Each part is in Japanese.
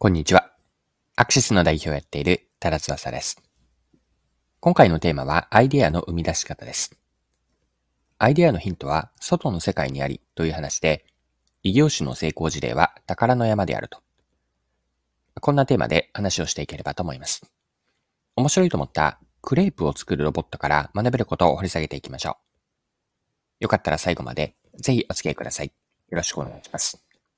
こんにちは。アクシスの代表をやっている多田翼です。今回のテーマはアイデアの生み出し方です。アイデアのヒントは外の世界にありという話で、異業種の成功事例は宝の山であると。こんなテーマで話をしていければと思います。面白いと思ったクレープを作るロボットから学べることを掘り下げていきましょう。よかったら最後までぜひお付き合いください。よろしくお願いします。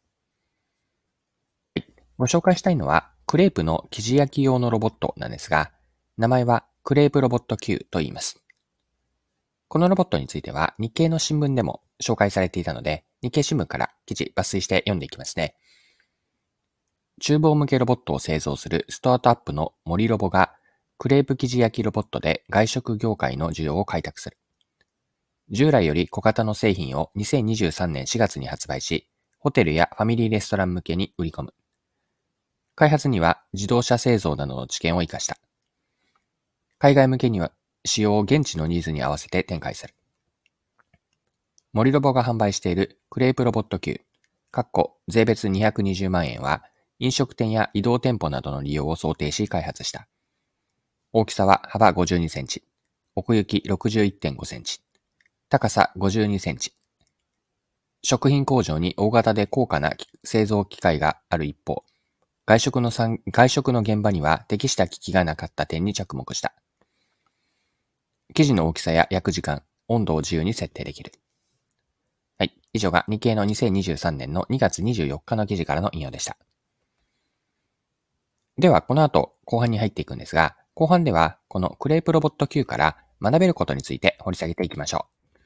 ご紹介したいのはクレープの生地焼き用のロボットなんですが、名前はクレープロボット Q と言います。このロボットについては日経の新聞でも紹介されていたので、日経新聞から記事抜粋して読んでいきますね。厨房向けロボットを製造するスタートアップの森ロボが、クレープ生地焼きロボットで外食業界の需要を開拓する。従来より小型の製品を2023年4月に発売し、ホテルやファミリーレストラン向けに売り込む。開発には自動車製造などの知見を生かした。海外向けには使用を現地のニーズに合わせて展開する。森ロボが販売しているクレープロボット Q、税別220万円は、飲食店や移動店舗などの利用を想定し開発した。大きさは幅52センチ、奥行き61.5センチ、高さ52センチ。食品工場に大型で高価な製造機械がある一方、外食の現場には適した機器がなかった点に着目した。生地の大きさや焼く時間、温度を自由に設定できる。はい。以上が日経の2023年の2月24日の記事からの引用でした。では、この後、後半に入っていくんですが、後半では、このクレープロボット Q から学べることについて掘り下げていきましょう。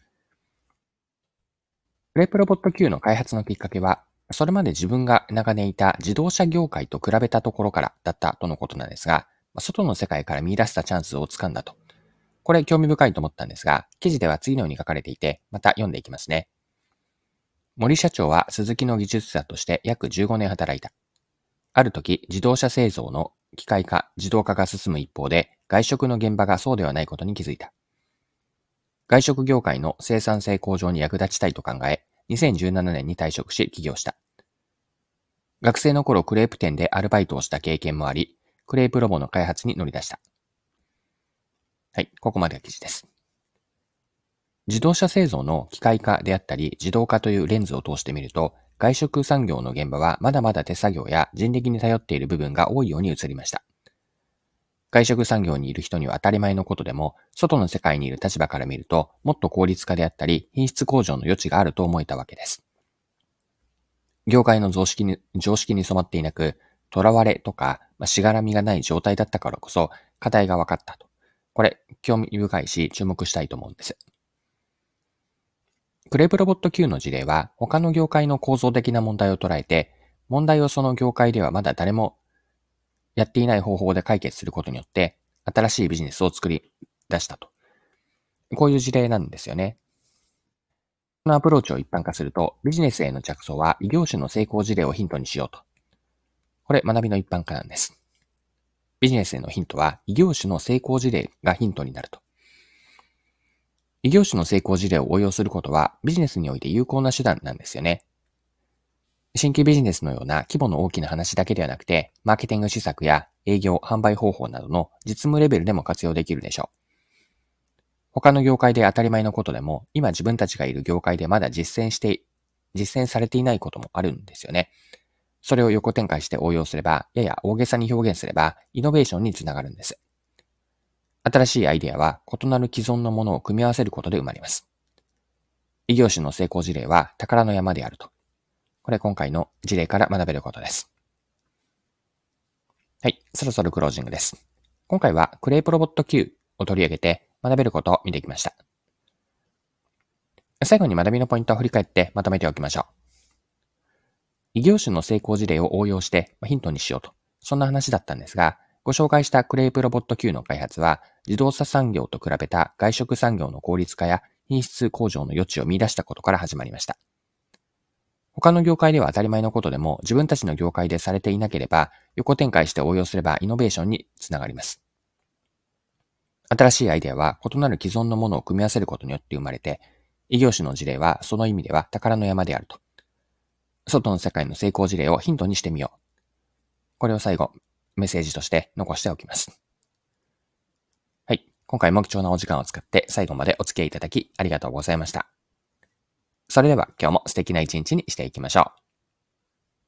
クレープロボット Q の開発のきっかけは、それまで自分が長年いた自動車業界と比べたところからだったとのことなんですが、外の世界から見出したチャンスをつかんだと。これ興味深いと思ったんですが、記事では次のように書かれていて、また読んでいきますね。森社長は鈴木の技術者として約15年働いた。ある時、自動車製造の機械化、自動化が進む一方で、外食の現場がそうではないことに気づいた。外食業界の生産性向上に役立ちたいと考え、2017年に退職し起業した。学生の頃クレープ店でアルバイトをした経験もあり、クレープロボの開発に乗り出した。はい、ここまでが記事です。自動車製造の機械化であったり自動化というレンズを通してみると、外食産業の現場はまだまだ手作業や人力に頼っている部分が多いように映りました。外食産業にいる人には当たり前のことでも、外の世界にいる立場から見ると、もっと効率化であったり品質向上の余地があると思えたわけです。業界の常識に染まっていなく、囚われとか、しがらみがない状態だったからこそ、課題が分かったと。これ、興味深いし注目したいと思うんです。クレープロボット Q の事例は他の業界の構造的な問題を捉えて、問題をその業界ではまだ誰もやっていない方法で解決することによって、新しいビジネスを作り出したと。こういう事例なんですよね。このアプローチを一般化すると、ビジネスへの着想は異業種の成功事例をヒントにしようと。これ学びの一般化なんです。ビジネスへのヒントは異業種の成功事例がヒントになると。異業種の成功事例を応用することはビジネスにおいて有効な手段なんですよね。新規ビジネスのような規模の大きな話だけではなくて、マーケティング施策や営業、販売方法などの実務レベルでも活用できるでしょう。他の業界で当たり前のことでも、今自分たちがいる業界でまだ実践されていないこともあるんですよね。それを横展開して応用すれば、やや大げさに表現すれば、イノベーションにつながるんです。新しいアイデアは異なる既存のものを組み合わせることで生まれます。異業種の成功事例は宝の山であると。これ今回の事例から学べることです。はい、そろそろクロージングです。今回はクレープロボット Q を取り上げて学べることを見てきました。最後に学びのポイントを振り返ってまとめておきましょう。異業種の成功事例を応用してヒントにしようと。そんな話だったんですが、ご紹介したクレープロボット Q の開発は、自動車産業と比べた外食産業の効率化や品質向上の余地を見出したことから始まりました。他の業界では当たり前のことでも自分たちの業界でされていなければ横展開して応用すればイノベーションにつながります。新しいアイデアは異なる既存のものを組み合わせることによって生まれて、異業種の事例はその意味では宝の山であると。外の世界の成功事例をヒントにしてみよう。 これを最後、メッセージとして残しておきます。はい。今回も貴重なお時間を使って最後までお付き合いいただきありがとうございました。それでは今日も素敵な一日にしていきましょう。